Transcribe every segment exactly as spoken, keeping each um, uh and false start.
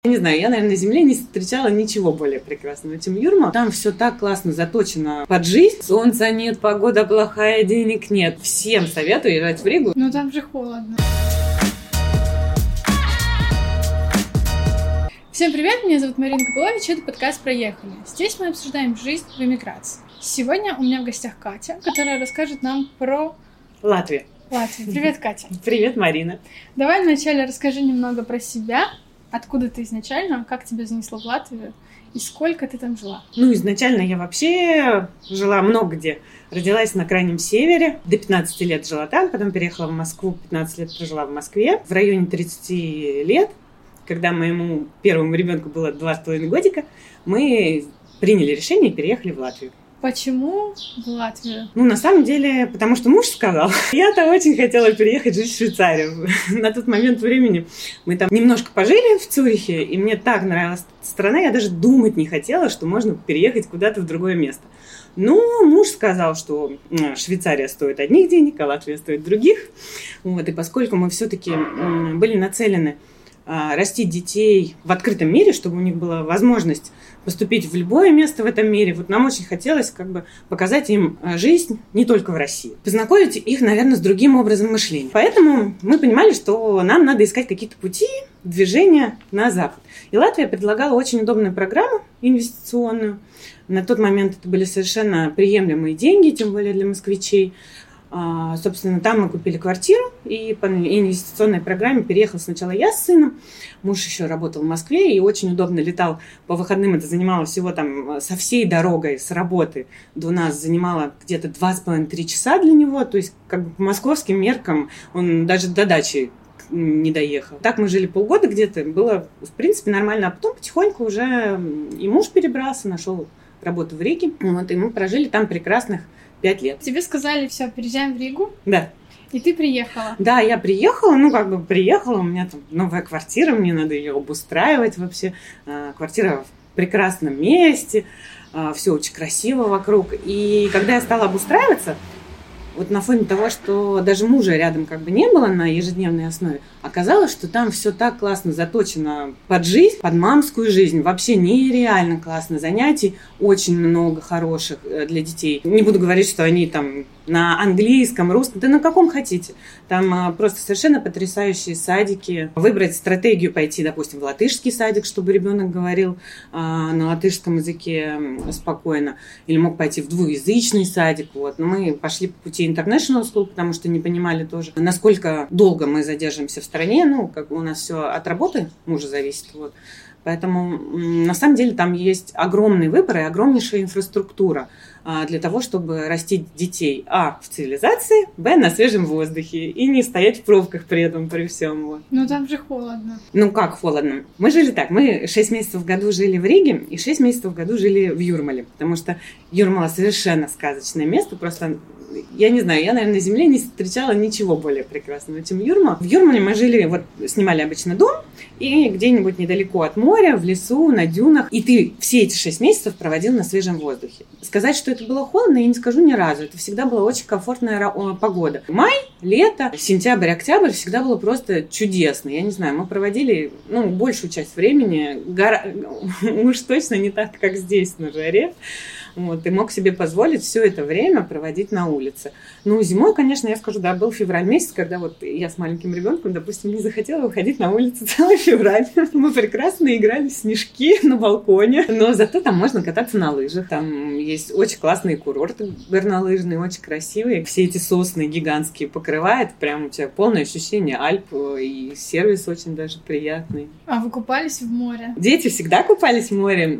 Я не знаю, я, наверное, на Земле не встречала ничего более прекрасного, чем Юрмала. Там все так классно заточено под жизнь. Солнца нет, погода плохая, денег нет. Всем советую езжать в Ригу. Но там же холодно. Всем привет, меня зовут Марина Копылович, это подкаст «Проехали». Здесь мы обсуждаем жизнь в эмиграции. Сегодня у меня в гостях Катя, которая расскажет нам про... Латвию. Латвию. Привет, Катя. Привет, Марина. Давай вначале расскажи немного про себя. Откуда ты изначально, как тебя занесло в Латвию и сколько ты там жила? Ну, изначально я вообще жила много где. Родилась на крайнем севере, до пятнадцати лет жила там, потом переехала в Москву, пятнадцать лет прожила в Москве. В районе тридцати лет, когда моему первому ребенку было два с половиной годика, мы приняли решение и переехали в Латвию. Почему в Латвию? Ну, на самом деле, потому что муж сказал. Я-то очень хотела переехать жить в Швейцарию. На тот момент времени мы там немножко пожили в Цюрихе, и мне так нравилась страна, я даже думать не хотела, что можно переехать куда-то в другое место. Но муж сказал, что Швейцария стоит одних денег, а Латвия стоит других. Вот, и поскольку мы все-таки были нацелены растить детей в открытом мире, чтобы у них была возможность поступить в любое место в этом мире. Вот нам очень хотелось как бы показать им жизнь не только в России. Познакомить их, наверное, с другим образом мышления. Поэтому мы понимали, что нам надо искать какие-то пути движения на Запад. И Латвия предлагала очень удобную программу инвестиционную. На тот момент это были совершенно приемлемые деньги, тем более для москвичей. А, собственно, там мы купили квартиру, и по инвестиционной программе переехала сначала я с сыном. Муж еще работал в Москве и очень удобно летал по выходным. Это занимало всего там со всей дорогой с работы до нас занимало где-то два с половиной-три часа для него. То есть как бы по московским меркам он даже до дачи не доехал. Так мы жили полгода где-то, было в принципе нормально. А потом потихоньку уже и муж перебрался, нашел работу в Риге. Вот, и мы прожили там прекрасных пять лет. Тебе сказали, все, переезжаем в Ригу? Да. И ты приехала? Да, я приехала, ну, как бы приехала, у меня там новая квартира, мне надо ее обустраивать вообще. Квартира в прекрасном месте, все очень красиво вокруг. И когда я стала обустраиваться, вот на фоне того, что даже мужа рядом как бы не было на ежедневной основе, оказалось, что там все так классно заточено под жизнь, под мамскую жизнь. Вообще нереально классно занятий, очень много хороших для детей. Не буду говорить, что они там на английском, русском, да на каком хотите. Там а, просто совершенно потрясающие садики. Выбрать стратегию пойти, допустим, в латышский садик, чтобы ребенок говорил а, на латышском языке спокойно. Или мог пойти в двуязычный садик. Вот. Но мы пошли по пути International School, потому что не понимали тоже, насколько долго мы задержимся в стране. Ну, как у нас все от работы мужа зависит. Вот. Поэтому на самом деле там есть огромный выбор и огромнейшая инфраструктура для того, чтобы растить детей, а, в цивилизации, б, на свежем воздухе и не стоять в пробках при этом, при всем. Вот. Ну там же холодно. Ну как холодно? Мы жили так, мы шесть месяцев в году жили в Риге и шесть месяцев в году жили в Юрмале, потому что Юрмала совершенно сказочное место, просто... Я не знаю, я, наверное, на Земле не встречала ничего более прекрасного, чем Юрмала. В Юрмале мы жили, вот снимали обычно дом, и где-нибудь недалеко от моря, в лесу, на дюнах. И ты все эти шесть месяцев проводил на свежем воздухе. Сказать, что это было холодно, я не скажу ни разу. Это всегда была очень комфортная погода. Май, лето, сентябрь, октябрь всегда было просто чудесно. Я не знаю, мы проводили, ну, большую часть времени, гора... уж точно не так, как здесь на жаре. Вот, и мог себе позволить все это время проводить на улице. Ну, зимой, конечно, я скажу, да, был февраль месяц, когда вот я с маленьким ребенком, допустим, не захотела выходить на улицу целый февраль. Мы прекрасно играли в снежки на балконе, но зато там можно кататься на лыжах. Там есть очень классные курорты горнолыжные, очень красивые. Все эти сосны гигантские покрывает, прям у тебя полное ощущение Альп, и сервис очень даже приятный. А вы купались в море? Дети всегда купались в море,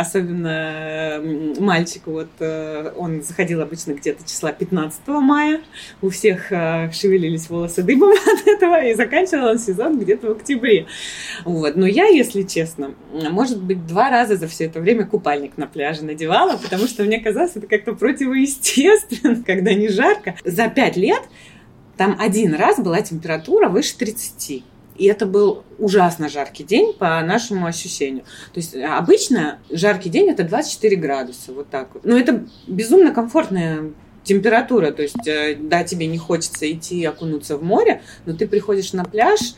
особенно мальчики. Мальчик, вот он заходил обычно где-то числа пятнадцатого мая, у всех шевелились волосы дыбом от этого, и заканчивал он сезон где-то в октябре. Вот. Но я, если честно, может быть, два раза за все это время купальник на пляже надевала, потому что мне казалось, это как-то противоестественно, когда не жарко. За пять лет там один раз была температура выше тридцати. И это был ужасно жаркий день по нашему ощущению. То есть обычно жаркий день – это двадцать четыре градуса, вот так вот. Но это безумно комфортная температура. То есть, да, тебе не хочется идти окунуться в море, но ты приходишь на пляж,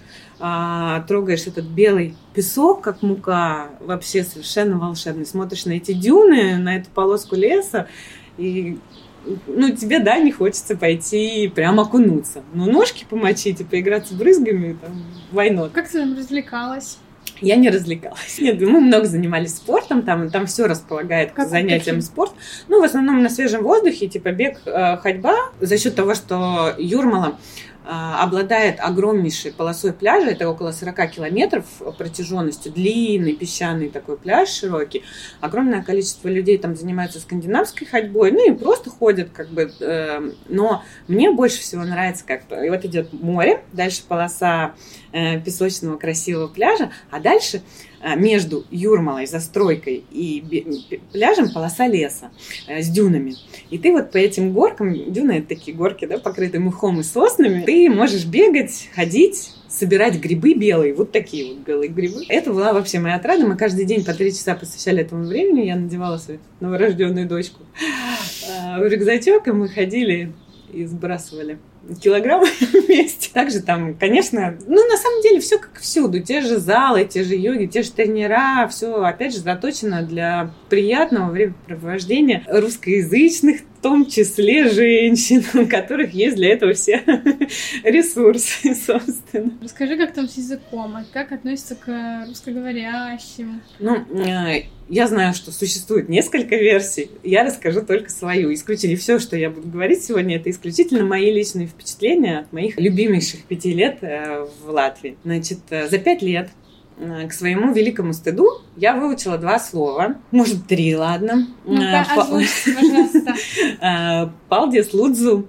а, трогаешь этот белый песок, как мука, вообще совершенно волшебный. Смотришь на эти дюны, на эту полоску леса, и ну, тебе, да, не хочется пойти прям окунуться. Но ножки помочить и поиграться брызгами, там, why not? Как ты там развлекалась? Я не развлекалась. Нет, мы много занимались спортом, там, там все располагает как к занятиям спорта. Ну, в основном на свежем воздухе, типа бег, ходьба. За счет того, что Юрмала обладает огромнейшей полосой пляжа, это около сорок километров протяженностью, длинный песчаный такой пляж широкий. Огромное количество людей там занимаются скандинавской ходьбой, ну и просто ходят, как бы. Э, но мне больше всего нравится, как и вот идет море, дальше полоса э, песочного красивого пляжа, а дальше между Юрмалой, застройкой и пляжем полоса леса с дюнами. И ты вот по этим горкам, дюны это такие горки, да, покрытые мхом и соснами, ты можешь бегать, ходить, собирать грибы белые, вот такие вот белые грибы. Это была вообще моя отрада. Мы каждый день по три часа посвящали этому времени. Я надевала свою новорожденную дочку в рюкзачок, и мы ходили и сбрасывали килограммы вместе. Также там, конечно, ну, на самом деле, все как всюду. Те же залы, те же йоги, те же тренера. Все, опять же, заточено для приятного времяпровождения русскоязычных, в том числе женщин, у которых есть для этого все ресурсы, собственно. Расскажи, как там с языком, как относятся к русскоговорящим? Ну, я знаю, что существует несколько версий. Я расскажу только свою. Исключили все, что я буду говорить сегодня, это исключительно мои личные впечатления от моих любимейших пяти лет в Латвии. Значит, за пять лет к своему великому стыду я выучила два слова, может, три, ладно. Ну-ка, озвучьте, пожалуйста. Палдис, лудзу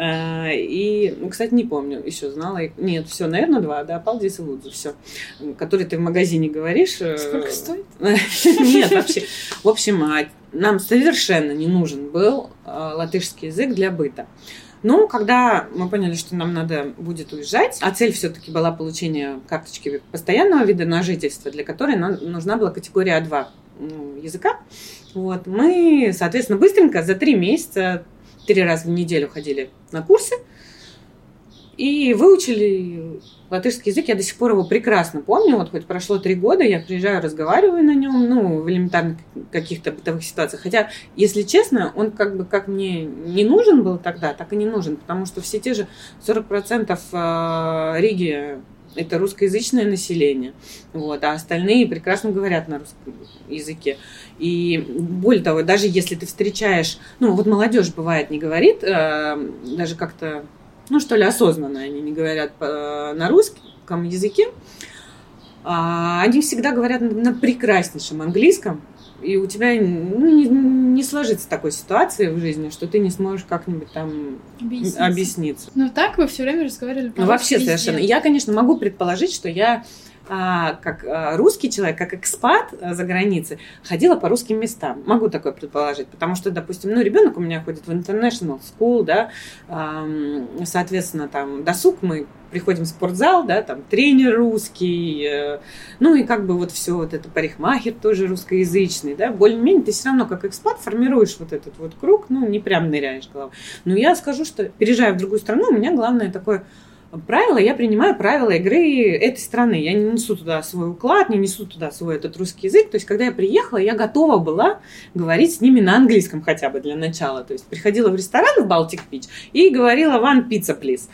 и, ну, кстати, не помню, еще знала. Нет, все, наверное, два, да, палдис и лудзу, все. Которые ты в магазине говоришь. Сколько стоит? Нет, вообще. В общем, нам совершенно не нужен был латышский язык для быта. Ну, когда мы поняли, что нам надо будет уезжать, а цель все-таки была получение карточки постоянного вида на жительство, для которой нам нужна была категория А два языка, вот, мы, соответственно, быстренько за три месяца, три раза в неделю ходили на курсы и выучили латышский язык. Я до сих пор его прекрасно помню. Вот хоть прошло три года, я приезжаю, разговариваю на нем, ну, в элементарных каких-то бытовых ситуациях. Хотя, если честно, он как бы как мне не нужен был тогда, так и не нужен, потому что все те же сорок процентов Риги – это русскоязычное население, вот, а остальные прекрасно говорят на русском языке. И более того, даже если ты встречаешь, ну, вот молодежь бывает не говорит, даже как-то, ну, что ли, осознанно они не говорят на русском языке, они всегда говорят на прекраснейшем английском, и у тебя, ну, не, не сложится такой ситуации в жизни, что ты не сможешь как-нибудь там объясниться. объясниться. Ну, так вы все время разговаривали по-русски. Ну, вообще везде. Совершенно. Я, конечно, могу предположить, что я А, как а, русский человек, как экспат а, за границей, ходила по русским местам. Могу такое предположить, потому что, допустим, ну, ребенок у меня ходит в International School, да, а, соответственно, там, досуг, мы приходим в спортзал, да, там, тренер русский, э, ну, и как бы вот все вот это, парикмахер тоже русскоязычный, да, более-менее ты все равно как экспат формируешь вот этот вот круг, ну, не прям ныряешь головой. Но я скажу, что, переезжая в другую страну, у меня главное такое правила, я принимаю правила игры этой страны. Я не несу туда свой уклад, не несу туда свой этот русский язык. То есть, когда я приехала, я готова была говорить с ними на английском хотя бы для начала. То есть, приходила в ресторан в Baltic Beach и говорила one pizza, please.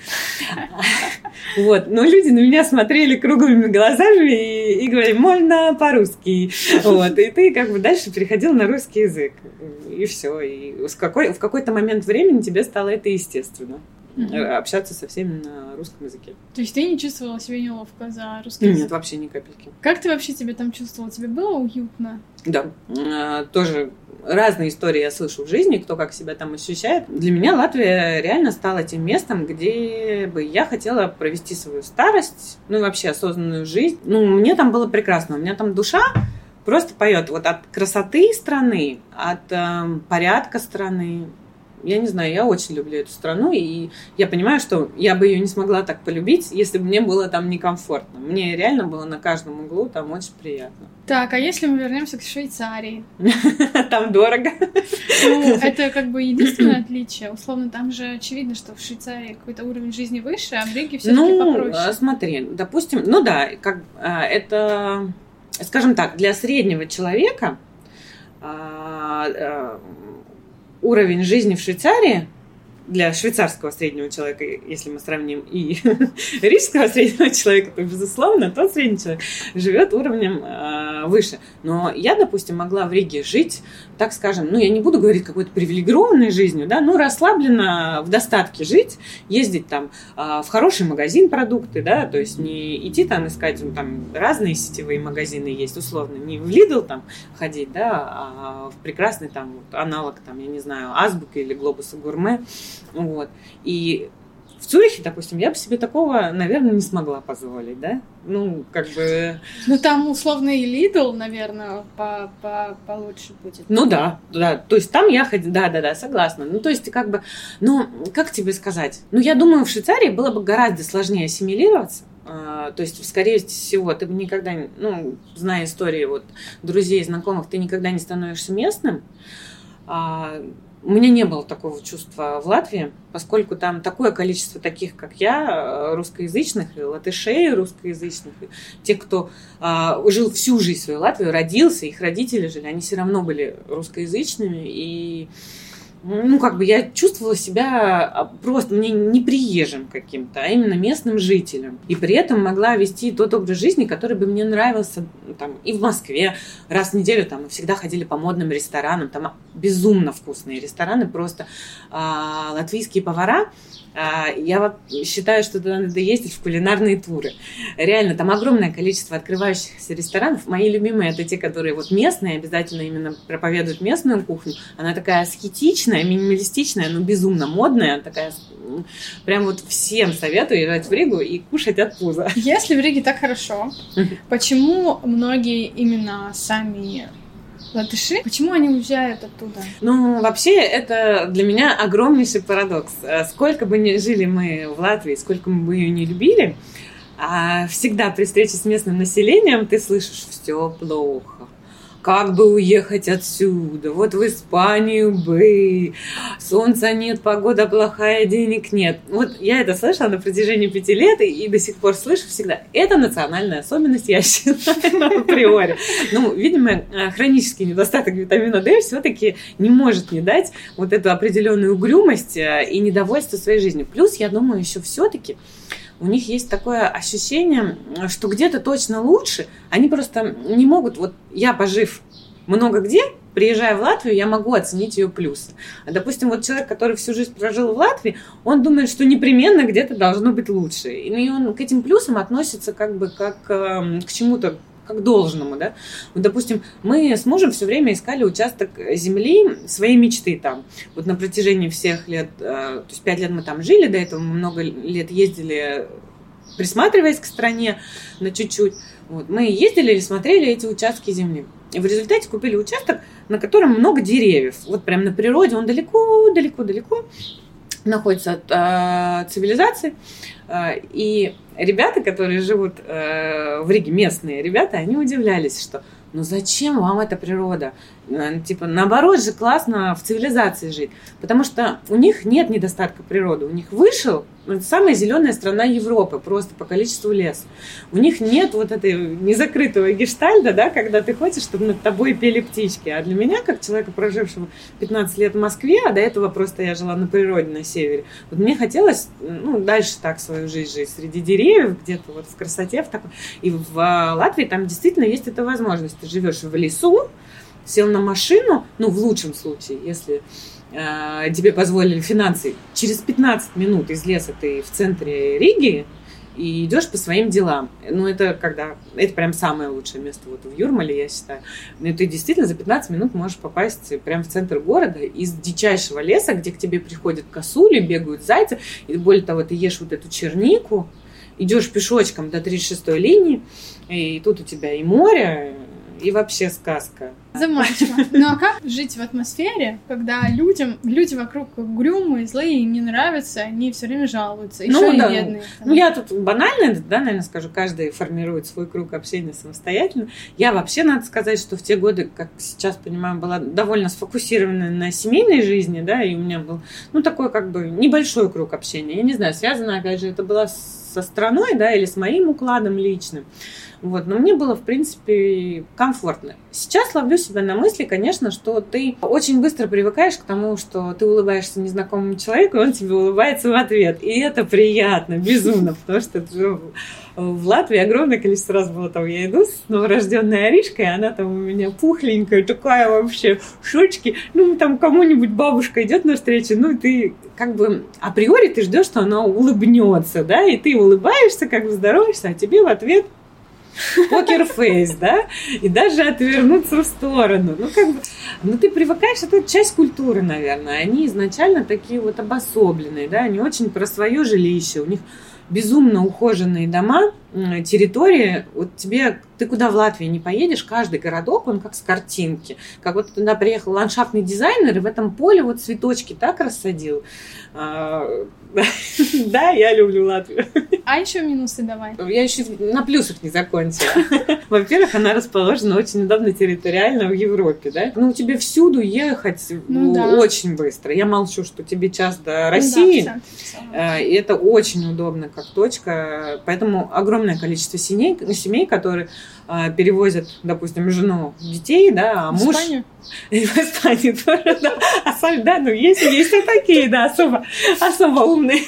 Вот. Но люди на меня смотрели круглыми глазами и, и говорили, можно по-русски. Вот. И ты как бы дальше переходил на русский язык. И все. И в, какой, в какой-то момент времени тебе стало это естественно. Mm-hmm. Общаться со всеми на русском языке. То есть ты не чувствовала себя неловко за русский язык? Нет, вообще ни капельки. Как ты вообще себя там чувствовала? Тебе было уютно? Да, а, тоже разные истории я слышу в жизни, кто как себя там ощущает. Для меня Латвия реально стала тем местом, где бы я хотела провести свою старость, ну и вообще осознанную жизнь. Ну, мне там было прекрасно, у меня там душа просто поет вот от красоты страны, от э, порядка страны. я не знаю, я очень люблю эту страну, и я понимаю, что я бы ее не смогла так полюбить, если бы мне было там некомфортно. Мне реально было на каждом углу там очень приятно. Так, а если мы вернемся к Швейцарии? Там дорого. Ну, это как бы единственное отличие. Условно, там же очевидно, что в Швейцарии какой-то уровень жизни выше, а в Риге все-таки ну, попроще. Ну, смотри, допустим, ну да, как это, скажем так, для среднего человека уровень жизни в Швейцарии, для швейцарского среднего человека, если мы сравним, и рижского среднего человека, то, безусловно, тот средний человек живет уровнем э, выше. Но я, допустим, могла в Риге жить, так скажем, ну, я не буду говорить какой-то привилегированной жизнью, да, ну, расслабленно, в достатке жить, ездить там э, в хороший магазин продукты, да, то есть не идти там искать, ну, там разные сетевые магазины есть, условно, не в Lidl там ходить, да, а в прекрасный там вот, аналог, там, я не знаю, Азбуки или Глобуса Гурме. Вот. И в Цюрихе, допустим, я бы себе такого, наверное, не смогла позволить, да? Ну, как бы... Ну, там, условно, и Lidl, наверное, по- по- получше будет. Ну, да, да. То есть там я ходила... Да-да-да, согласна. Ну, то есть, как бы... Ну, как тебе сказать? Ну, я думаю, в Швейцарии было бы гораздо сложнее ассимилироваться. То есть, скорее всего, ты бы никогда... Ну, зная истории вот друзей, знакомых, ты никогда не становишься местным. У меня не было такого чувства в Латвии, поскольку там такое количество таких, как я, русскоязычных, и латышей русскоязычных, и тех, кто а, жил всю жизнь в своей Латвии, родился, их родители жили, они все равно были русскоязычными, и ну, как бы я чувствовала себя просто мне не приезжим каким-то, а именно местным жителем. И при этом могла вести тот образ жизни, который бы мне нравился там, и в Москве. Раз в неделю там, мы всегда ходили по модным ресторанам. Там безумно вкусные рестораны, просто а, латвийские повара. А, я вот считаю, что туда надо ездить в кулинарные туры. Реально, там огромное количество открывающихся ресторанов. Мои любимые — это те, которые вот местные, обязательно именно проповедуют местную кухню. Она такая аскетичная, минималистичная, но безумно модная. Такая, прям вот всем советую езжать в Ригу и кушать от пуза. Если в Риге так хорошо, почему многие именно сами латыши, почему они уезжают оттуда? Ну, вообще, это для меня огромнейший парадокс. Сколько бы ни жили мы в Латвии, сколько мы бы ее не любили, всегда при встрече с местным населением ты слышишь: все плохо. Как бы уехать отсюда? Вот в Испанию бы. Солнца нет, погода плохая, денег нет. Вот я это слышала на протяжении пяти лет и, и до сих пор слышу всегда. Это национальная особенность, я считаю, априори. Ну, видимо, хронический недостаток витамина D все-таки не может не дать вот эту определенную угрюмость и недовольство своей жизнью. Плюс, я думаю, еще все-таки у них есть такое ощущение, что где-то точно лучше. Они просто не могут... Вот я, пожив много где, приезжая в Латвию, я могу оценить ее плюсы. А, допустим, вот человек, который всю жизнь прожил в Латвии, он думает, что непременно где-то должно быть лучше. И он к этим плюсам относится как бы как э, к чему-то, как должному, да. Вот, допустим, мы с мужем все время искали участок земли своей мечты там. Вот на протяжении всех лет, то есть пять лет мы там жили, до этого мы много лет ездили, присматриваясь к стране на чуть-чуть. Вот, мы ездили и смотрели эти участки земли. И в результате купили участок, на котором много деревьев. Вот прям на природе, он далеко-далеко-далеко находится от э, цивилизации. Э, и ребята, которые живут э, в Риге, местные ребята, они удивлялись, что ну зачем вам эта природа? Типа, наоборот же классно в цивилизации жить. Потому что у них нет недостатка природы. У них вышел самая зеленая страна Европы, просто по количеству леса. У них нет вот этой незакрытого гештальта, да, когда ты хочешь, чтобы над тобой пели птички. А для меня, как человека, прожившего пятнадцать лет в Москве, а до этого просто я жила на природе, на севере, вот мне хотелось, ну, дальше так свою жизнь жить, среди деревьев, где-то вот в красоте, в такой. И в Латвии там действительно есть эта возможность. Ты живешь в лесу, сел на машину, ну, в лучшем случае, если э, тебе позволили финансы, через пятнадцать минут из леса ты в центре Риги и идешь по своим делам. Ну, это когда, это прям самое лучшее место вот в Юрмале, я считаю. И ты действительно за пятнадцать минут можешь попасть прямо в центр города из дичайшего леса, где к тебе приходят косули, бегают зайцы, и более того, ты ешь вот эту чернику, идешь пешочком до тридцать шестой линии, и тут у тебя и море, и вообще сказка. Заманчиво. Ну а как жить в атмосфере, когда людям, люди вокруг угрюмые, злые, им не нравятся, они все время жалуются, еще ну, и да. бедные. Там. Ну я тут банально, да, наверное, скажу, каждый формирует свой круг общения самостоятельно. Я вообще, надо сказать, что в те годы, как сейчас понимаю, была довольно сфокусирована на семейной жизни, да, и у меня был, ну, такой как бы небольшой круг общения. Я не знаю, связано, опять же, это было со страной, да, или с моим укладом личным. Вот, но мне было, в принципе, комфортно. Сейчас ловлю себя на мысли, конечно, что ты очень быстро привыкаешь к тому, что ты улыбаешься незнакомому человеку, и он тебе улыбается в ответ. И это приятно, безумно, потому что в Латвии огромное количество раз было там, я иду с новорожденной Аришкой, она там у меня пухленькая, такая вообще, шочки. Ну, там кому-нибудь бабушка идет навстречу, ну, ты как бы априори ты ждешь, что она улыбнется, да, и ты улыбаешься, как бы здороваешься, а тебе в ответ покерфейс, да, и даже отвернуться в сторону. Ну, как бы, ну, ты привыкаешь, это часть культуры, наверное. Они изначально такие вот обособленные, да, они очень про свое жилище, у них безумно ухоженные дома, территории. Вот тебе, ты куда в Латвии не поедешь, каждый городок, он как с картинки. Как вот туда приехал ландшафтный дизайнер, и в этом поле вот цветочки так рассадил. Да, я люблю Латвию. А еще минусы давай. Я еще на плюсах не закончила. Во-первых, она расположена очень удобно территориально в Европе, да? Ну, тебе всюду ехать ну, да. очень быстро. Я молчу, что тебе час до России. Ну, да, и это очень удобно как точка. Поэтому огромное количество семей, семей, которые перевозят, допустим, жену, детей, да, а муж... В Испанию? И в Испанию тоже, да. А, да, ну есть, есть и такие, да, особо, особо умные.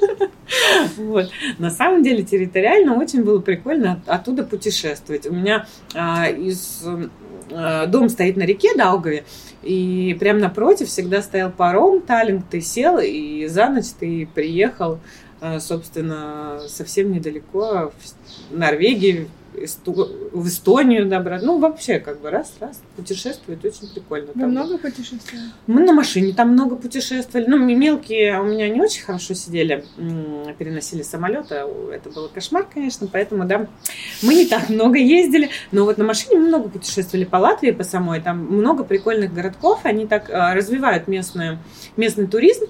Вот. На самом деле территориально очень было прикольно оттуда путешествовать. У меня а, из, а, дом стоит на реке Даугаве, и прямо напротив всегда стоял паром, Таллинг, ты сел, и за ночь ты приехал, а, собственно, совсем недалеко в Норвегию, в Эстонию добраться. Ну, вообще, как бы раз-раз путешествовать очень прикольно. Вы там много путешествовали? Мы на машине там много путешествовали. Ну, мелкие у меня не очень хорошо сидели, переносили самолеты. Это был кошмар, конечно, поэтому, да, мы не так много ездили. Но вот на машине мы много путешествовали по Латвии, по самой. Там много прикольных городков. Они так развивают местную, местный туризм.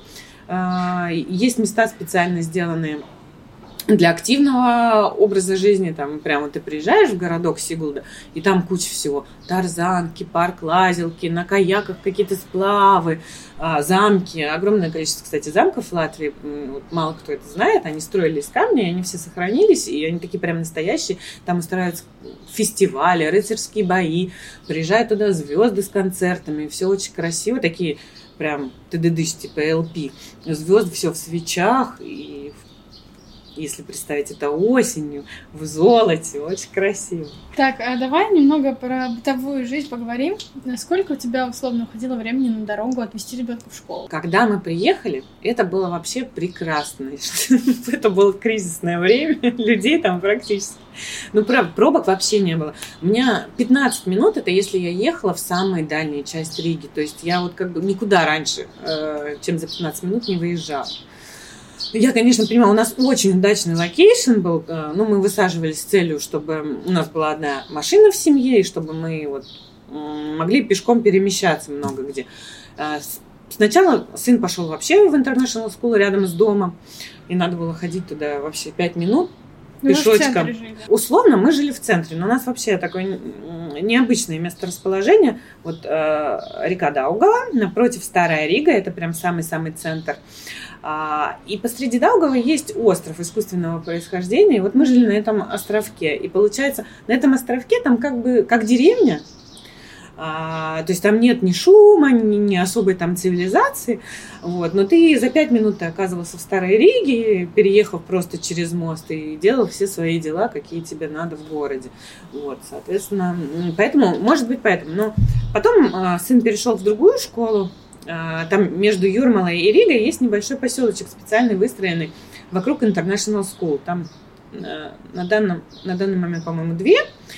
Есть места специально сделанные для активного образа жизни. Там прямо ты приезжаешь в городок Сигулда, и там куча всего. Тарзанки, парк лазилки, на каяках какие-то сплавы, замки. Огромное количество, кстати, замков в Латвии. Мало кто это знает. Они строили из камня, и они все сохранились, и они такие прям настоящие. Там устраиваются фестивали, рыцарские бои. Приезжают туда звезды с концертами. Все очень красиво. Такие прям ТДДш, типа эл пи. Звезды все в свечах и в если представить это осенью, в золоте, очень красиво. Так, а давай немного про бытовую жизнь поговорим. Сколько у тебя условно уходило времени на дорогу отвезти ребенка в школу? Когда мы приехали, это было вообще прекрасно. Это было кризисное время, людей там практически. Ну, правда, пробок вообще не было. У меня пятнадцать минут, это если я ехала в самую дальнюю часть Риги. То есть я вот как бы никуда раньше, чем за пятнадцать минут не выезжала. Я, конечно, понимаю, у нас очень удачный локейшн был, ну, мы высаживались с целью, чтобы у нас была одна машина в семье, и чтобы мы вот могли пешком перемещаться много где. Сначала сын пошел вообще в International School рядом с домом, и надо было ходить туда вообще пять минут пешочком. Условно мы жили в центре, но у нас вообще такое необычное месторасположение. Вот э, река Даугава, напротив Старая Рига, это прям самый-самый центр. А, и посреди Даугавы есть остров искусственного происхождения. И вот мы жили на этом островке. И получается, на этом островке там как бы как деревня. А, то есть там нет ни шума, ни, ни особой там цивилизации. Вот. Но ты за пять минут ты оказывался в Старой Риге, переехав просто через мост и делал все свои дела, какие тебе надо в городе. Вот, соответственно, поэтому, может быть, поэтому. Но потом а, сын перешел в другую школу. А, там между Юрмалой и Ригой есть небольшой поселочек, специально выстроенный вокруг International School. Там а, на, данном, на данный момент, по-моему, две.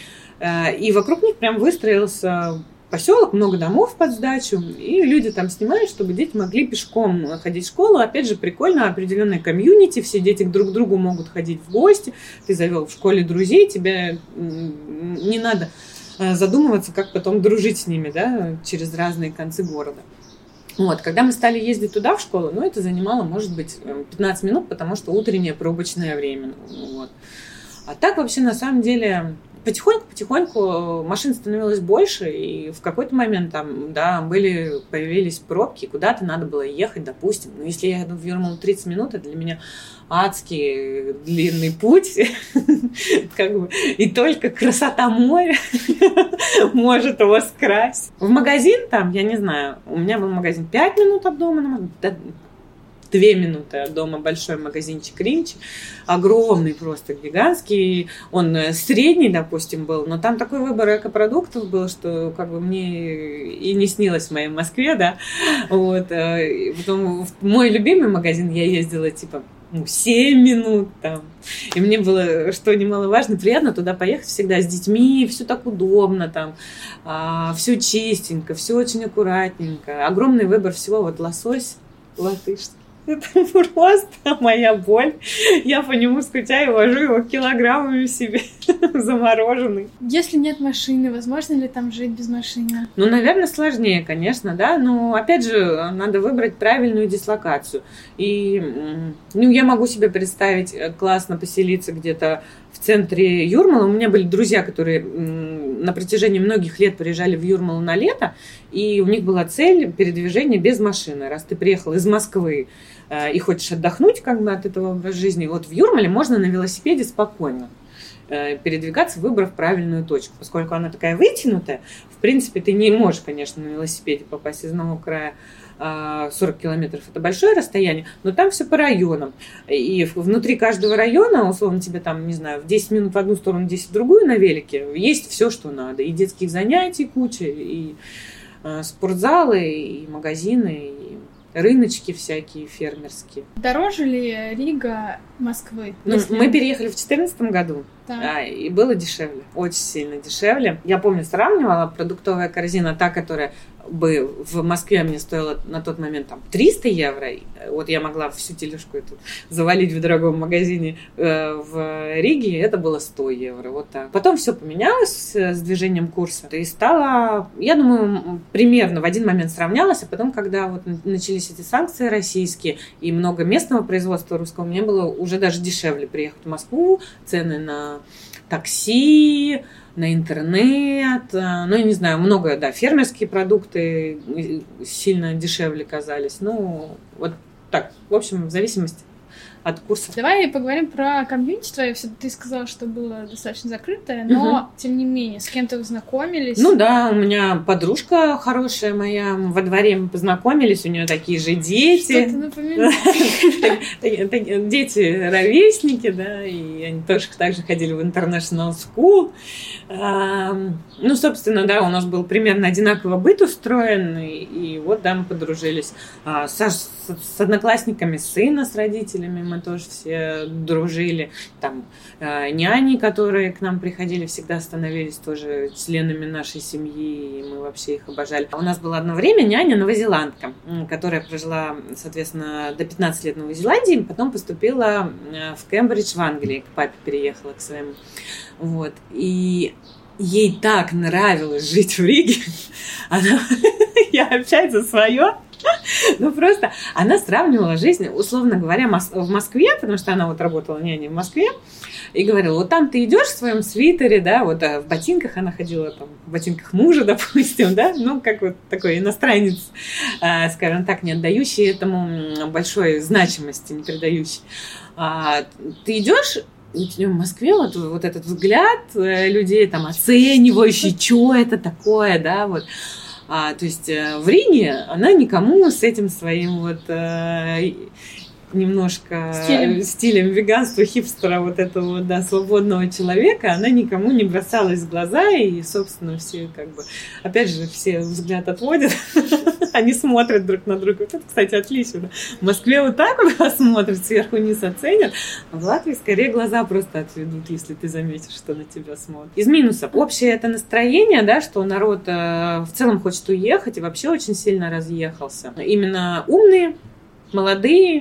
И вокруг них прям выстроился поселок, много домов под сдачу, и люди там снимают, чтобы дети могли пешком ходить в школу. Опять же, прикольно, определенная комьюнити, все дети друг к другу могут ходить в гости. Ты завел в школе друзей, тебе не надо задумываться, как потом дружить с ними, да, через разные концы города. Вот, когда мы стали ездить туда в школу, ну, это занимало, может быть, пятнадцать минут, потому что утреннее пробочное время. Вот. А так вообще, на самом деле, потихоньку-потихоньку машин становилось больше, и в какой-то момент там, да, были, появились пробки, куда-то надо было ехать, допустим. Но если я еду в Юрмалу тридцать минут, это для меня адский длинный путь, как бы, и только красота моря может его скрасить. В магазин там, я не знаю, у меня был магазин пять минут от дома, две минуты от дома, большой магазинчик Ринчи, огромный просто, гигантский, он средний, допустим, был, но там такой выбор экопродуктов был, что как бы мне и не снилось в моей Москве, да, вот, потом в мой любимый магазин я ездила, типа, ну, семь минут там. И мне было, что немаловажно, приятно туда поехать всегда с детьми, все так удобно там, а, все чистенько, все очень аккуратненько. Огромный выбор всего, вот лосось латышский. Это просто моя боль. Я по нему скучаю, вожу его килограммами себе замороженный. Если нет машины, возможно ли там жить без машины? Ну, наверное, сложнее, конечно, да. Но, опять же, надо выбрать правильную дислокацию. И, ну, я могу себе представить классно поселиться где-то в центре Юрмалы. У меня были друзья, которые на протяжении многих лет приезжали в Юрмалу на лето, и у них была цель передвижения без машины. Раз ты приехал из Москвы и хочешь отдохнуть как бы от этого образа жизни, вот в Юрмале можно на велосипеде спокойно передвигаться, выбрав правильную точку. Поскольку она такая вытянутая, в принципе, ты не можешь, конечно, на велосипеде попасть из одного края сорок километров, это большое расстояние, но там все по районам. И внутри каждого района, условно, тебе там, не знаю, в десять минут в одну сторону, десять в другую на велике, есть все, что надо. И детских занятий куча, и спортзалы, и магазины, и рыночки всякие фермерские. Дороже ли Рига Москвы? Ну, если... Мы переехали в две тысячи четырнадцатом году, да. И было дешевле, очень сильно дешевле. Я помню, сравнивала продуктовая корзина, та, которая бы в Москве мне стоила на тот момент там триста евро. Вот я могла всю тележку эту завалить в дорогом магазине э, в Риге, это было сто евро. Вот так. Потом все поменялось с движением курса. И стало, я думаю, примерно в один момент сравнялось, а потом, когда вот начались эти санкции российские и много местного производства русского, мне было уже даже дешевле приехать в Москву, цены на такси, на интернет, ну, я не знаю, много, да, фермерские продукты сильно дешевле казались. Ну, вот так, в общем, в зависимости от курсов. Давай поговорим про комьюнити твое. Ты сказала, что было достаточно закрытое, но, угу. тем не менее, с кем-то вы знакомились? Ну да, у меня подружка хорошая моя, во дворе мы познакомились, у нее такие же дети. Что-то напоминает. Дети ровесники, да, и они тоже так же ходили в International School. Ну, собственно, да, у нас был примерно одинаково быт устроен, и вот, да, мы подружились с одноклассниками сына, с родителями. Мы тоже все дружили. Там э, няни, которые к нам приходили, всегда становились тоже членами нашей семьи, и мы вообще их обожали. У нас было одно время няня новозеландка, которая прожила, соответственно, до пятнадцати лет в Новой Зеландии, потом поступила в Кембридж в Англии, к папе переехала к своему. Вот. И ей так нравилось жить в Риге. Она... Я опять за свое. Ну, просто она сравнивала жизнь, условно говоря, в Москве, потому что она вот работала няней в Москве, и говорила, вот там ты идешь в своем свитере, да, вот а в ботинках она ходила, там, в ботинках мужа, допустим, да, ну, как вот такой иностранец, а, скажем так, не отдающий этому большой значимости, не придающий. А, ты идешь... В Москве вот, вот этот взгляд людей, там, оценивающий, что это такое, да, вот. А, то есть в Риге она никому с этим своим вот э, немножко стилем. стилем веганства, хипстера, вот этого, да, свободного человека, она никому не бросалась в глаза, и, собственно, все как бы, опять же, все взгляд отводят, они смотрят друг на друга. Вот это, кстати, отлично. В Москве вот так вот смотрят, сверху вниз оценят, а в Латвии скорее глаза просто отведут, если ты заметишь, что на тебя смотрят. Из минусов. Общее это настроение, да, что народ э, в целом хочет уехать и вообще очень сильно разъехался. Именно умные, молодые,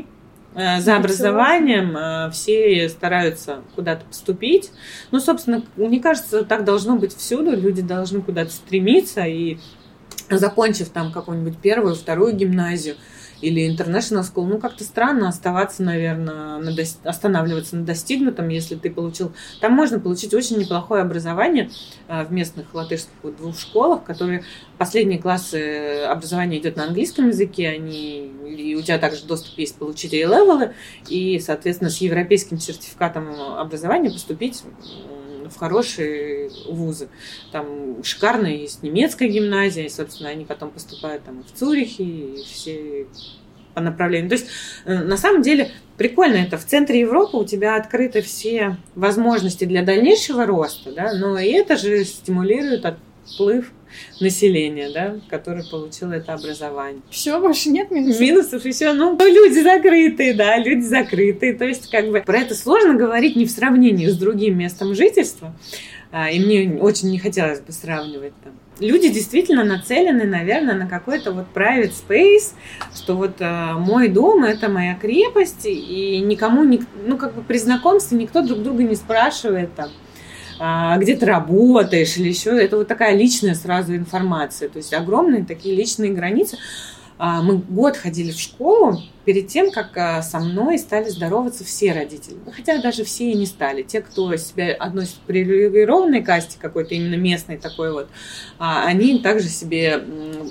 за образованием, все стараются куда-то поступить. Ну, собственно, мне кажется, так должно быть всюду. Люди должны куда-то стремиться, и закончив там какую-нибудь первую, вторую гимназию или international school, ну, как-то странно оставаться, наверное, на до... останавливаться на достигнутом, если ты получил... Там можно получить очень неплохое образование в местных латышских вот двух школах, которые последние классы образования идет на английском языке, они... и у тебя также доступ есть получить A-левелы, и, соответственно, с европейским сертификатом образования поступить в хорошие вузы. Там шикарная есть немецкая гимназия, и, собственно, они потом поступают там и в Цюрихе, и все по направлению. То есть, на самом деле, прикольно это. В центре Европы у тебя открыты все возможности для дальнейшего роста, да, но и это же стимулирует отплыв населения, да, которое получило это образование. Все, больше нет минусов? Минусов еще, ну, люди закрытые, да, люди закрытые. То есть, как бы, про это сложно говорить не в сравнении с другим местом жительства. И мне очень не хотелось бы сравнивать там. Люди действительно нацелены, наверное, на какой-то вот private space, что вот э, мой дом – это моя крепость, и никому, не, ну, как бы при знакомстве никто друг друга не спрашивает там, где ты работаешь или еще. Это вот такая личная сразу информация. То есть огромные такие личные границы. Мы год ходили в школу перед тем, как со мной стали здороваться все родители. Хотя даже все и не стали. Те, кто себя относит к привилегированной касте какой-то, именно местной такой вот, они также себе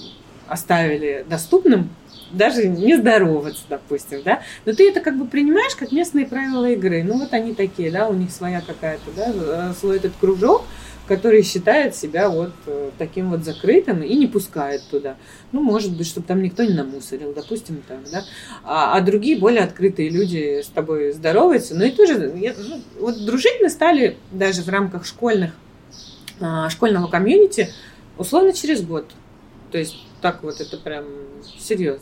оставили доступным даже не здороваться, допустим, да, но ты это как бы принимаешь как местные правила игры, ну вот они такие, да, у них своя какая-то, да, свой этот кружок, который считает себя вот таким вот закрытым и не пускает туда, ну, может быть, чтобы там никто не намусорил, допустим, там, да, а, а другие более открытые люди с тобой здороваются, ну и тоже, ну, вот дружить мы стали даже в рамках школьных, школьного комьюнити условно через год, то есть так вот это прям серьезно.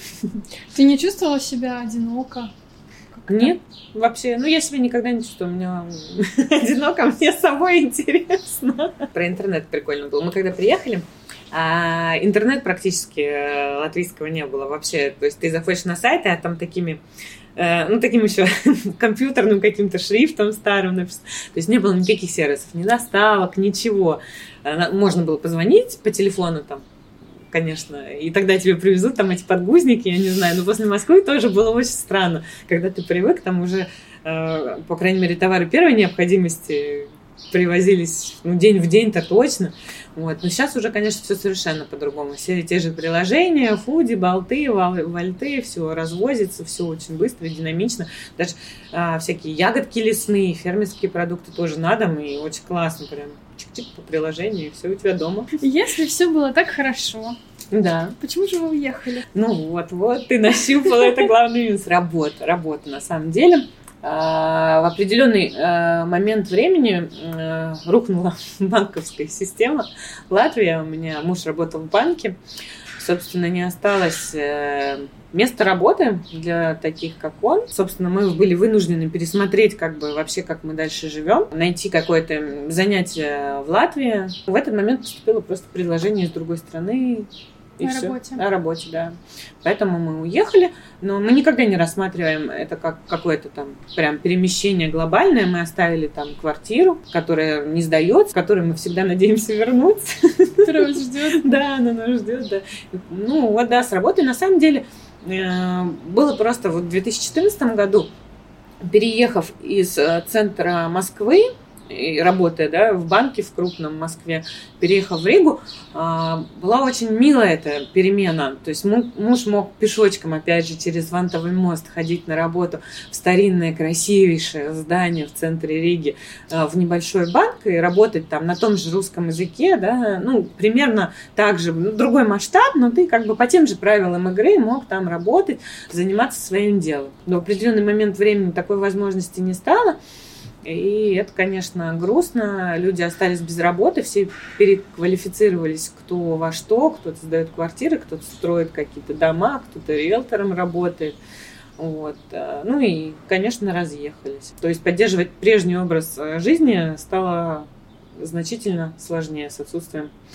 Ты не чувствовала себя одиноко? Как-то? Нет, вообще. Ну, я себя никогда не чувствую. У меня одиноко, мне самой интересно. Про интернет прикольно было. Мы когда приехали, а интернет практически латвийского не было вообще. То есть ты заходишь на сайт, а там такими... ну, таким еще компьютерным каким-то шрифтом старым написано. То есть не было никаких сервисов, ни доставок, ничего. Можно было позвонить по телефону там, конечно, и тогда тебе привезут там эти подгузники, я не знаю, но после Москвы тоже было очень странно, когда ты привык, там уже, э, по крайней мере, товары первой необходимости привозились ну, день в день-то точно, вот. Но сейчас уже, конечно, все совершенно по-другому, все те же приложения, фуди, болты, вольты, все развозится, все очень быстро и динамично, даже э, всякие ягодки лесные, фермерские продукты тоже на дом, и очень классно прям. Чик-чик по приложению, и все у тебя дома. Если все было так хорошо, да. Почему же вы уехали? Ну вот, вот, ты нащупала, это главный минус. Работа, работа на самом деле. В определенный момент времени рухнула банковская система. Латвия, у меня муж работал в банке, собственно, не осталось места работы для таких, как он. Собственно, мы были вынуждены пересмотреть, как бы вообще, как мы дальше живем, найти какое-то занятие в Латвии. В этот момент поступило просто предложение из другой страны. И на все. работе. На работе, да. Поэтому мы уехали, но мы никогда не рассматриваем это как какое-то там прям перемещение глобальное. Мы оставили там квартиру, которая не сдается, в которой мы всегда надеемся вернуться. Которая вас ждет. Да, она нас ждет, да. Ну вот, да, с работой на самом деле было просто вот в две тысячи четырнадцатом году, переехав из центра Москвы, и работая, да, в банке в крупном Москве, переехав в Ригу, была очень милая эта перемена. То есть муж мог пешочком, опять же, через Вантовый мост ходить на работу в старинное, красивейшее здание в центре Риги, в небольшой банк и работать там на том же русском языке, да, ну, примерно так же, ну, другой масштаб, но ты как бы по тем же правилам игры мог там работать, заниматься своим делом. Но в определенный момент времени такой возможности не стало. И это, конечно, грустно. Люди остались без работы, все переквалифицировались кто во что. Кто-то сдает квартиры, кто-то строит какие-то дома, кто-то риэлтором работает. Вот. Ну и, конечно, разъехались. То есть поддерживать прежний образ жизни стало значительно сложнее с отсутствием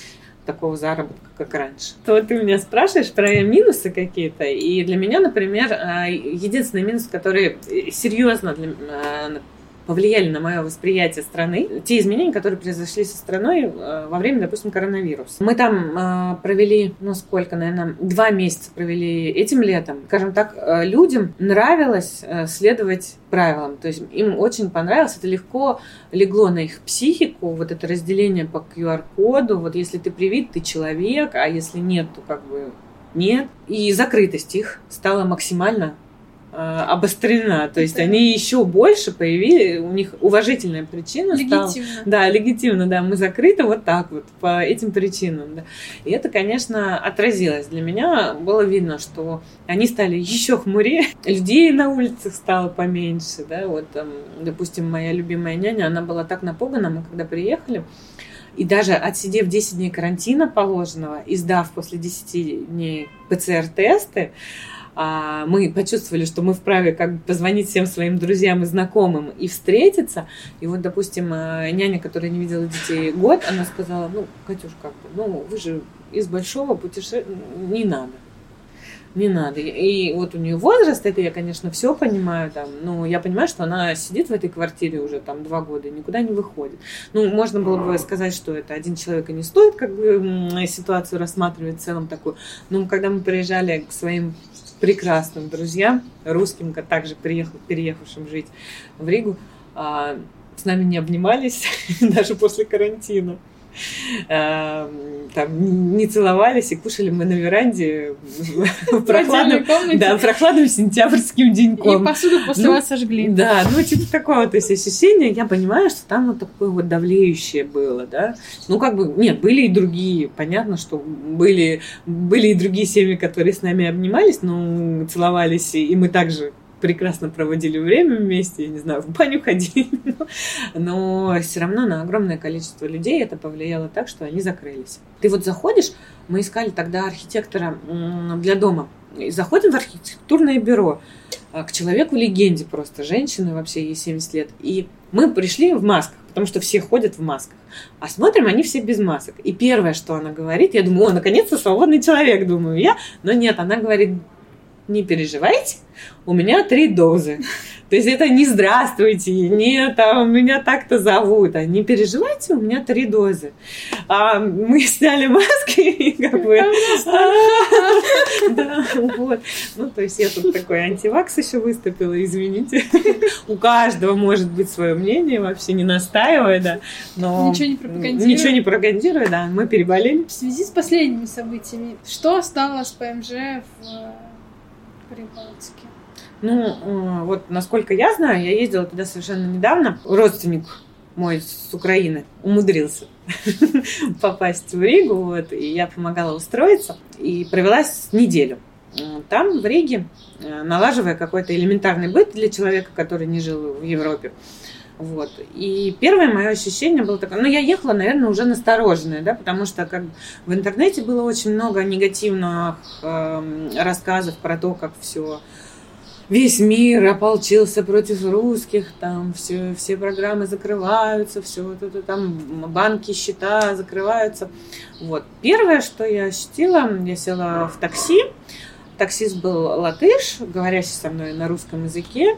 такого заработка, как раньше. То ты меня спрашиваешь про минусы какие-то, и для меня, например, единственный минус, который серьезно для, повлияли на мое восприятие страны, те изменения, которые произошли со страной во время, допустим, коронавируса. Мы там провели, ну сколько, наверное, два месяца провели этим летом. Скажем так, людям нравилось следовать правилам, то есть им очень понравилось, это легко легло на их психику, вот это разделение по ку ар-коду, вот если ты привит, ты человек, а если нет, то как бы нет. И закрытость их стала максимально обострена, то есть они еще больше появились, у них уважительная причина легитимно. стала. Да, легитимно, да, мы закрыты вот так вот, по этим причинам. Да. И это, конечно, отразилось. Для меня было видно, что они стали еще хмурее, людей на улицах стало поменьше, да, вот, там, допустим, моя любимая няня, она была так напугана, мы когда приехали, и даже отсидев десять дней карантина положенного и сдав после десяти дней пэ цэ эр-тесты, мы почувствовали, что мы вправе как бы позвонить всем своим друзьям и знакомым и встретиться. И вот, допустим, няня, которая не видела детей год, она сказала: ну, Катюш, как бы, ну, вы же из большого путешествия, не надо. Не надо. И вот у нее возраст, это я, конечно, все понимаю, там, но я понимаю, что она сидит в этой квартире уже там два года и никуда не выходит. Ну, можно было бы сказать, что это один человек и не стоит как бы ситуацию рассматривать в целом такую. Но когда мы приезжали к своим прекрасным друзьям, русским, также приехав, переехавшим жить в Ригу, с нами не обнимались даже после карантина. Там не целовались и кушали мы на веранде прохладным, да, прохладным сентябрьским деньком. И посуду после ну, вас сожгли. Да, ну типа такого, то есть ощущение, я понимаю, что там вот такое вот давлеющее было, да. Ну как бы, нет, были и другие, понятно, что были, были и другие семьи, которые с нами обнимались, но целовались, и мы также прекрасно проводили время вместе, я не знаю, в баню ходили, но, но все равно на огромное количество людей это повлияло так, что они закрылись. Ты вот заходишь, мы искали тогда архитектора для дома, и заходим в архитектурное бюро к человеку-легенде просто, женщины вообще, ей семьдесят лет, и мы пришли в масках, потому что все ходят в масках, а смотрим, они все без масок. И первое, что она говорит, я думаю: о, наконец-то свободный человек, думаю я, но нет, она говорит: не переживайте, у меня три дозы. То есть это не здравствуйте, не там меня так-то зовут, а не переживайте, у меня три дозы. А мы сняли маски и как бы... Да, вот. Ну, то есть я тут такой антивакс еще выступила, извините. У каждого может быть свое мнение, вообще не настаивая, да. Но ничего не пропагандируя. Ничего не пропагандируя, да. Мы переболели. В связи с последними событиями, что стало с пэ эм жэ в Прибалтике? Ну, вот насколько я знаю, я ездила туда совершенно недавно. Родственник мой с Украины умудрился попасть в Ригу, вот, и я помогала устроиться. И провела неделю там, в Риге, налаживая какой-то элементарный быт для человека, который не жил в Европе. Вот. И первое мое ощущение было такое, ну, я ехала, наверное, уже настороженная, да, потому что как в интернете было очень много негативных э, рассказов про то, как все, весь мир ополчился против русских, там все, все программы закрываются, все вот это, там банки, счета закрываются. Вот. Первое, что я ощутила, я села в такси, таксист был латыш, говорящий со мной на русском языке.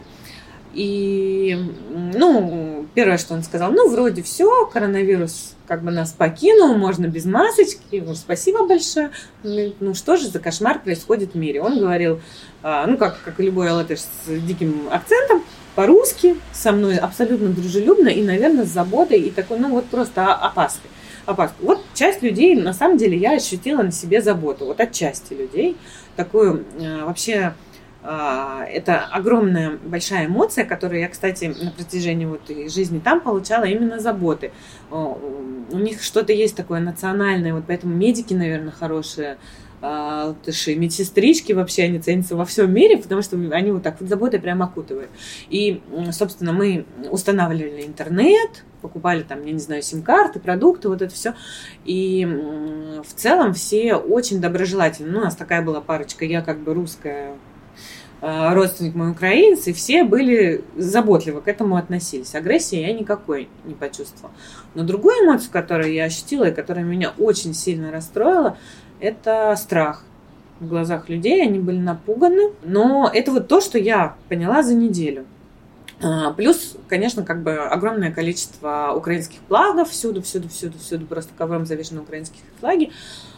И, ну, первое, что он сказал, ну, вроде все, коронавирус как бы нас покинул, можно без масочки. Я говорю: спасибо большое. Ну, что же за кошмар происходит в мире? Он говорил, ну, как, как и любой латыш, с диким акцентом, по-русски, со мной абсолютно дружелюбно и, наверное, с заботой и такой, ну, вот просто опаской. опаской. Вот часть людей, на самом деле, я ощутила на себе заботу. Вот от части людей такую вообще... Это огромная, большая эмоция, которую я, кстати, на протяжении вот жизни там получала, именно заботы. У них что-то есть такое национальное, вот поэтому медики, наверное, хорошие, латыши, медсестрички вообще, они ценятся во всем мире, потому что они вот так вот заботой прям окутывают. И, собственно, мы устанавливали интернет, покупали там, я не знаю, сим-карты, продукты, вот это все. И в целом все очень доброжелательны. Ну, у нас такая была парочка, я как бы русская, родственник мой украинец, и все были заботливо к этому относились. Агрессии я никакой не почувствовала. Но другую эмоцию, которую я ощутила и которая меня очень сильно расстроила, это страх в глазах людей. Они были напуганы. Но это вот то, что я поняла за неделю. Плюс, конечно, как бы огромное количество украинских флагов всюду, всюду, всюду, всюду просто ковром завешены украинские флаги.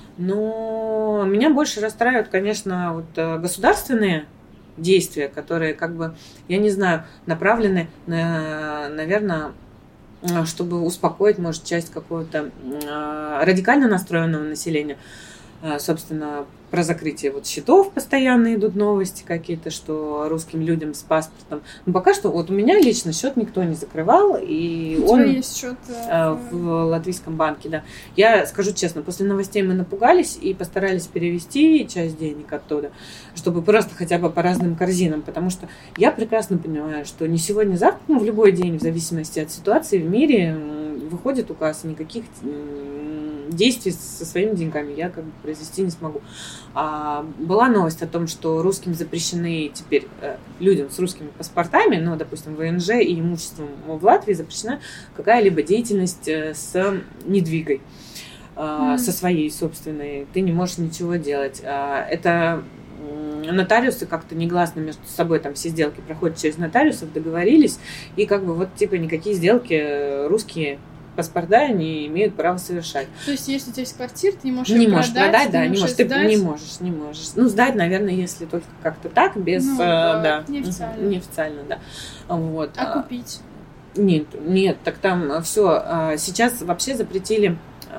Но меня больше расстраивают, конечно, вот государственные действия, которые, как бы, я не знаю, направлены, на, наверное, чтобы успокоить, может, часть какого-то радикально настроенного населения. Собственно, про закрытие вот счетов постоянно идут новости какие-то, что русским людям с паспортом. Ну, пока что вот у меня лично счет никто не закрывал. И у он тебя есть счет в Латвийском банке, да. Я скажу честно, после новостей мы напугались и постарались перевести часть денег оттуда, чтобы просто хотя бы по разным корзинам, потому что я прекрасно понимаю, что не сегодня, завтра, ну, в любой день, в зависимости от ситуации в мире, выходит указ, никаких действий со своими деньгами я как бы произвести не смогу. А, была новость о том, что русским запрещены теперь, э, людям с русскими паспортами, ну, допустим, ВНЖ и имуществом в Латвии запрещена какая-либо деятельность э, с недвигой, э, mm. со своей собственной. Ты не можешь ничего делать. Э, это нотариусы как-то негласно между собой, там все сделки проходят через нотариусов, договорились, и как бы вот типа никакие сделки русские паспорта не имеют права совершать. То есть, если у тебя есть квартира, ты не можешь не ее можешь продать, продать, да, не не можешь, можешь, сдать. Ты не можешь, не можешь. Ну, сдать, наверное, если только как-то так, без, ну, э, да, да, неофициально. неофициально, да. Вот. А купить? Нет, нет, так там все. Сейчас вообще запретили,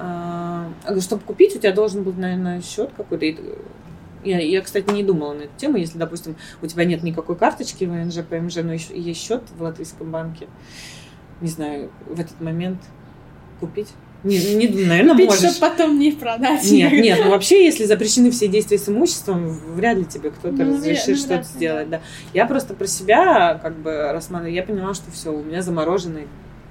чтобы купить, у тебя должен быть, наверное, счет какой-то. Я, я, кстати, не думала на эту тему. Если, допустим, у тебя нет никакой карточки ВНЖ, ПМЖ, но есть счет в Латвийском банке, не знаю, в этот момент купить? Не, не, наверное, купить, можешь. чтобы потом не продать. Нет, нет, ну вообще, если запрещены все действия с имуществом, вряд ли тебе кто-то ну, разрешит ну, что-то сделать. Да. Я просто про себя как бы рассматриваю. Я поняла, что все, у меня заморожены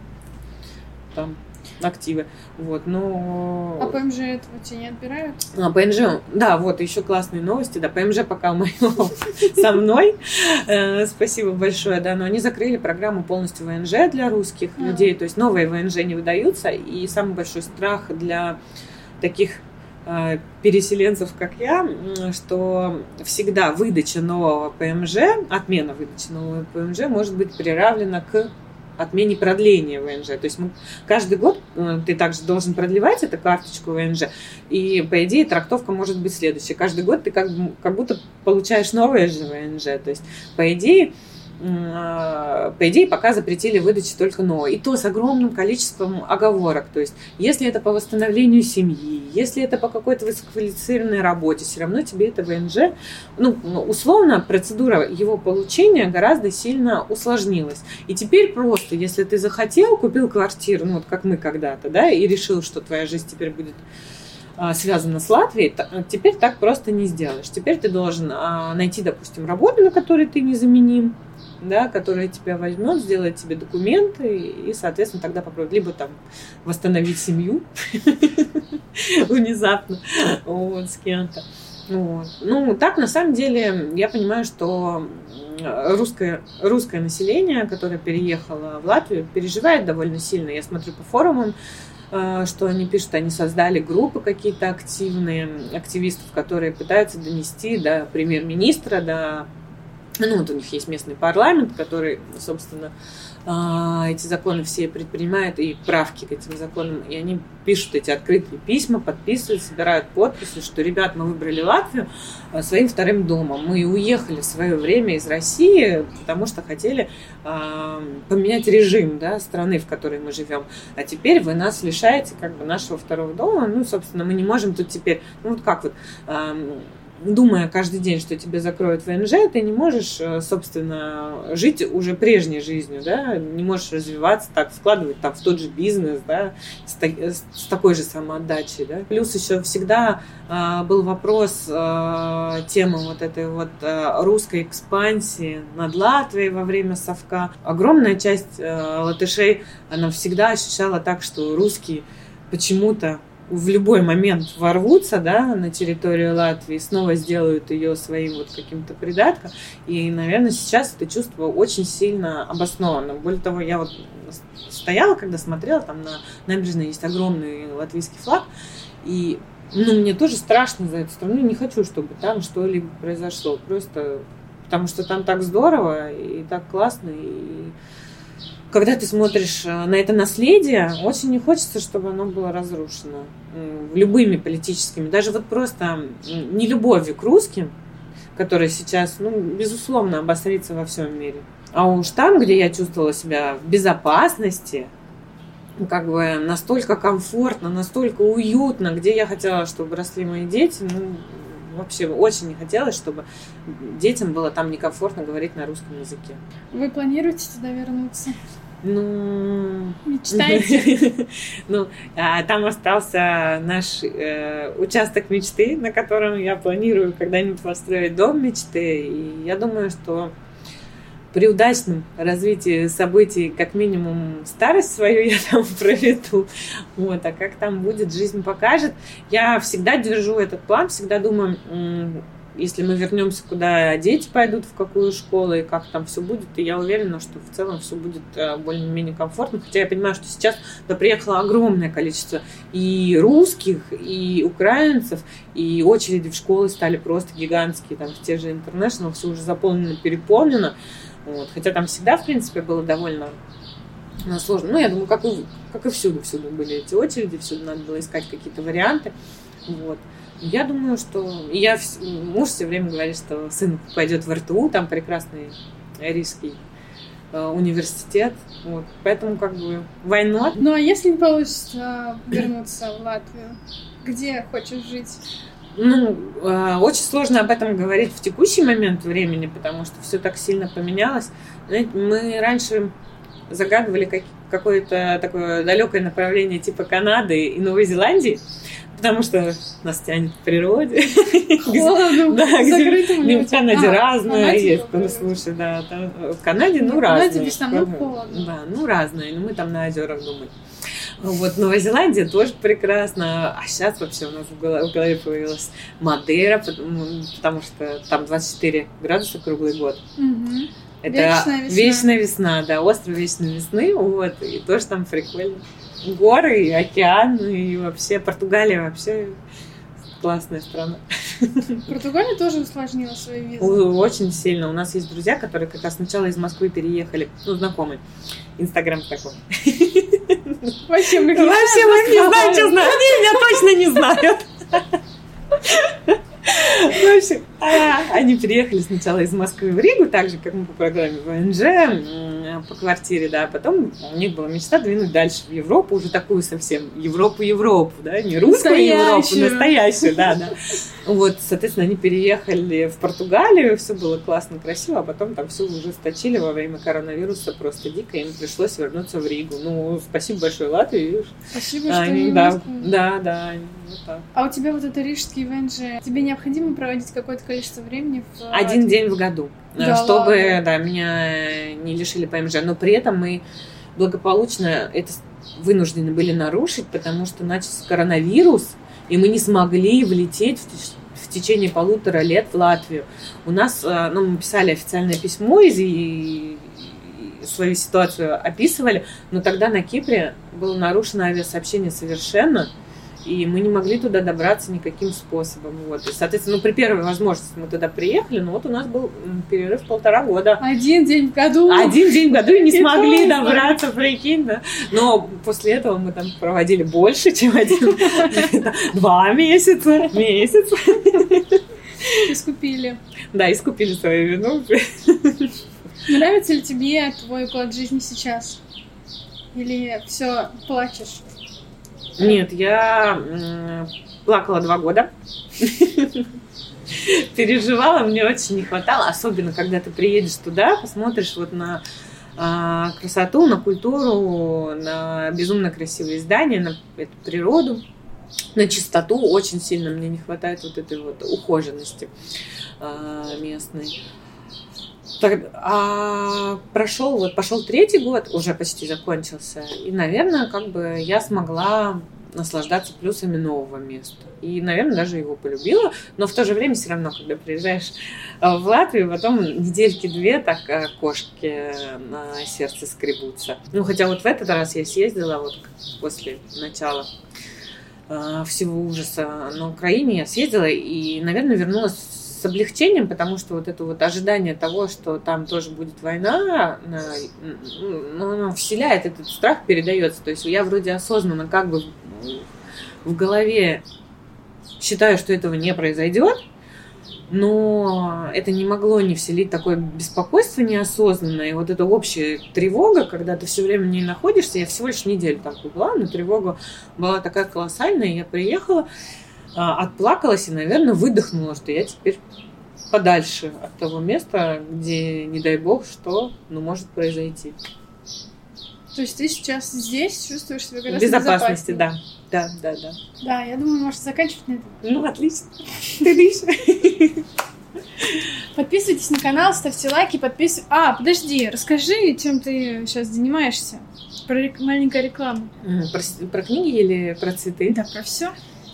там активы. Вот, но... А ПМЖ этого тебе не отбирают? А, ПМЖ, да, вот, еще классные новости, да, ПМЖ пока моего со мной, спасибо большое, да, но они закрыли программу полностью ВНЖ для русских людей, то есть новые ВНЖ не выдаются, и самый большой страх для таких переселенцев, как я, что всегда выдача нового ПМЖ, отмена выдачи нового ПМЖ может быть приравнена к отмене продления ВНЖ. То есть мы, каждый год ты также должен продлевать эту карточку ВНЖ, и, по идее, трактовка может быть следующая. Каждый год ты как, как будто получаешь новое же ВНЖ. То есть, по идее, по идее, пока запретили выдачу только новой. И то с огромным количеством оговорок. То есть, если это по восстановлению семьи, если это по какой-то высококвалифицированной работе, все равно тебе это ВНЖ, ну, условно, процедура его получения гораздо сильно усложнилась. И теперь просто, если ты захотел, купил квартиру, ну, вот как мы когда-то, да, и решил, что твоя жизнь теперь будет связана с Латвией, теперь так просто не сделаешь. Теперь ты должен найти, допустим, работу, на которой ты незаменим, да, которая тебя возьмет, сделает тебе документы и, соответственно, тогда попробует либо там восстановить семью внезапно вот, с кем-то. Вот. Ну, так, на самом деле, я понимаю, что русское, русское население, которое переехало в Латвию, переживает довольно сильно. Я смотрю по форумам, что они пишут, они создали группы какие-то активные, активистов, которые пытаются донести до премьер-министра, до... Ну, вот у них есть местный парламент, который, собственно, эти законы все предпринимает и правки к этим законам. И они пишут эти открытые письма, подписывают, собирают подписи, что, ребят, мы выбрали Латвию своим вторым домом. Мы уехали в свое время из России, потому что хотели э, поменять режим, да, страны, в которой мы живем. А теперь вы нас лишаете как бы нашего второго дома. Ну, собственно, мы не можем тут теперь... Ну, вот как вот... Э, думая каждый ддень, что тебе закроют ВНЖ, ты не можешь, собственно, жить уже прежней жизнью, да, не можешь развиваться так, вкладывать там в тот же бизнес, да, с, с такой же самоотдачей, да. Плюс еще всегда э, был вопрос, э, тема вот этой вот э, русской экспансии над Латвией во время совка. Огромная часть э, латышей, она всегда ощущала так, что русские почему-то в любой момент ворвутся, да, на территорию Латвии, снова сделают ее своим вот каким-то придатком. И, наверное, сейчас это чувство очень сильно обосновано. Более того, я вот стояла, когда смотрела, там на набережной есть огромный латвийский флаг, и ну, мне тоже страшно за эту страну, не хочу, чтобы там что-либо произошло, просто потому что там так здорово и так классно, и когда ты смотришь на это наследие, очень не хочется, чтобы оно было разрушено любыми политическими, даже вот просто нелюбовью к русским, которая сейчас, ну, безусловно, обострится во всем мире. А уж там, где я чувствовала себя в безопасности, как бы настолько комфортно, настолько уютно, где я хотела, чтобы росли мои дети, ну, вообще очень не хотелось, чтобы детям было там некомфортно говорить на русском языке. Вы планируете туда вернуться? Ну... Мечтаете? Ну, там остался наш э, участок мечты, на котором я планирую когда-нибудь построить дом мечты. И я думаю, что при удачном развитии событий, как минимум, старость свою я там проведу. Вот. А как там будет, жизнь покажет. Я всегда держу этот план, всегда думаю, если мы вернемся, куда дети пойдут, в какую школу и как там все будет, и я уверена, что в целом все будет более-менее комфортно. Хотя я понимаю, что сейчас туда приехало огромное количество и русских, и украинцев, и очереди в школы стали просто гигантские. Там в те же International все уже заполнено, переполнено. Вот. Хотя там всегда, в принципе, было довольно сложно. Ну, я думаю, как и, как и всюду, всюду были эти очереди, всюду надо было искать какие-то варианты. Вот. Я думаю, что... Я... Муж все время говорит, что сын пойдет в эр тэ у, там прекрасный рижский э, университет. Вот. Поэтому, как бы, why not? Ну, а если не получится вернуться в Латвию, где хочешь жить? Ну, э, очень сложно об этом говорить в текущий момент времени, потому что все так сильно поменялось. Знаете, мы раньше загадывали как, какое-то такое далекое направление типа Канады и Новой Зеландии, потому что нас тянет к природе. Холодно, да, закрытым. Где, в Канаде а, разное есть. Ну, слушай, да, там, в Канаде, ну, ну разное. В Канаде в основном холодно. Да, ну, разное. Но мы там на озерах думаем. Вот, Новая Зеландия тоже прекрасно. А сейчас вообще у нас в голове, в голове появилась Мадейра, потому, потому что там двадцать четыре градуса круглый год. Угу. Это вечная весна. вечная весна, да, остров вечной весны, вот, и тоже там прикольно. Горы, и океан, и вообще Португалия вообще классная страна. Португалия тоже усложнила свои визы? Очень сильно. У нас есть друзья, которые как раз сначала из Москвы переехали, ну, знакомые. Инстаграм такой. Вообще мы их Вообще мы их не знаем, честно. Они меня точно не знают. В общем, они переехали сначала из Москвы в Ригу, так же, как мы по программе вэ эн жэ, по квартире, да, потом у них была мечта двинуть дальше в Европу, уже такую совсем Европу-Европу, да, не русскую Европу, настоящую, да, да. Вот, соответственно, они переехали в Португалию, все было классно, красиво, а потом там все ужесточили во время коронавируса просто дико, им пришлось вернуться в Ригу. Ну, спасибо большое Латвии. Спасибо, что они, не да, да, да, вот так. А у тебя вот это рижский вэ эн жэ, тебе необходимо проводить какое-то количество времени в Один Латвии? день в году, да, чтобы, ладно. да, меня не лишили пэ эм жэ, но при этом мы благополучно это вынуждены были нарушить, потому что начался коронавирус, и мы не смогли влететь в, в течение полутора лет в Латвию. У нас, ну, мы писали официальное письмо и, и свою ситуацию описывали, но тогда на Кипре было нарушено авиасообщение совершенно, и мы не могли туда добраться никаким способом. Вот. И, соответственно, ну, при первой возможности мы туда приехали, но вот у нас был перерыв полтора года. Один день в году. Один день в году и не и смогли просто. добраться, прикинь, да. Но после этого мы там проводили больше, чем один. Два месяца. Месяц. Искупили. Да, искупили свою вину. Нравится ли тебе твой уклад жизни сейчас? Или все плачешь? Нет, я м- плакала два года. Переживала, мне очень не хватало. Особенно, когда ты приедешь туда, посмотришь вот на а, красоту, на культуру, на безумно красивые здания, на эту природу, на чистоту. Очень сильно мне не хватает вот этой вот ухоженности а, местной. Так, а прошел, вот пошел третий год, уже почти закончился, и, наверное, как бы я смогла наслаждаться плюсами нового места. И, наверное, даже его полюбила. Но в то же время все равно, когда приезжаешь в Латвию, потом недельки-две так кошки на сердце скребутся. Ну, хотя вот в этот раз я съездила вот после начала всего ужаса на Украине, я съездила и, наверное, вернулась с облегчением, потому что вот это вот ожидание того, что там тоже будет война, ну, оно вселяет этот страх, передается. То есть я вроде осознанно как бы в голове считаю, что этого не произойдет, но это не могло не вселить такое беспокойство неосознанное. И вот эта общая тревога, когда ты все время в ней находишься, я всего лишь неделю там была, но тревога была такая колоссальная, я приехала, отплакалась и, наверное, выдохнула, что я теперь подальше от того места, где, не дай бог, что ну, может произойти. То есть ты сейчас здесь чувствуешь себя гораздо безопасности, да. Да, да, да. Да, я думаю, может заканчивать на этом. Ну, отлично. Ты видишь? Подписывайтесь на канал, ставьте лайки, подписывайтесь. А, подожди, расскажи, чем ты сейчас занимаешься. Про рек... маленькая реклама. Про, про книги или про цветы? Да, про все.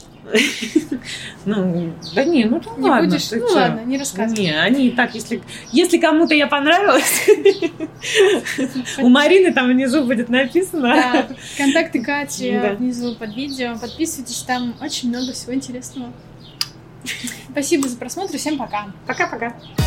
Ну, да не, ну не ладно. Будешь? Ну что? Ладно, не рассказывай. Не, они и так, если, если кому-то я понравилась, у Марины там внизу будет написано. Да, контакты Кати внизу под видео. Подписывайтесь, там очень много всего интересного. Спасибо за просмотр, всем пока. Пока-пока.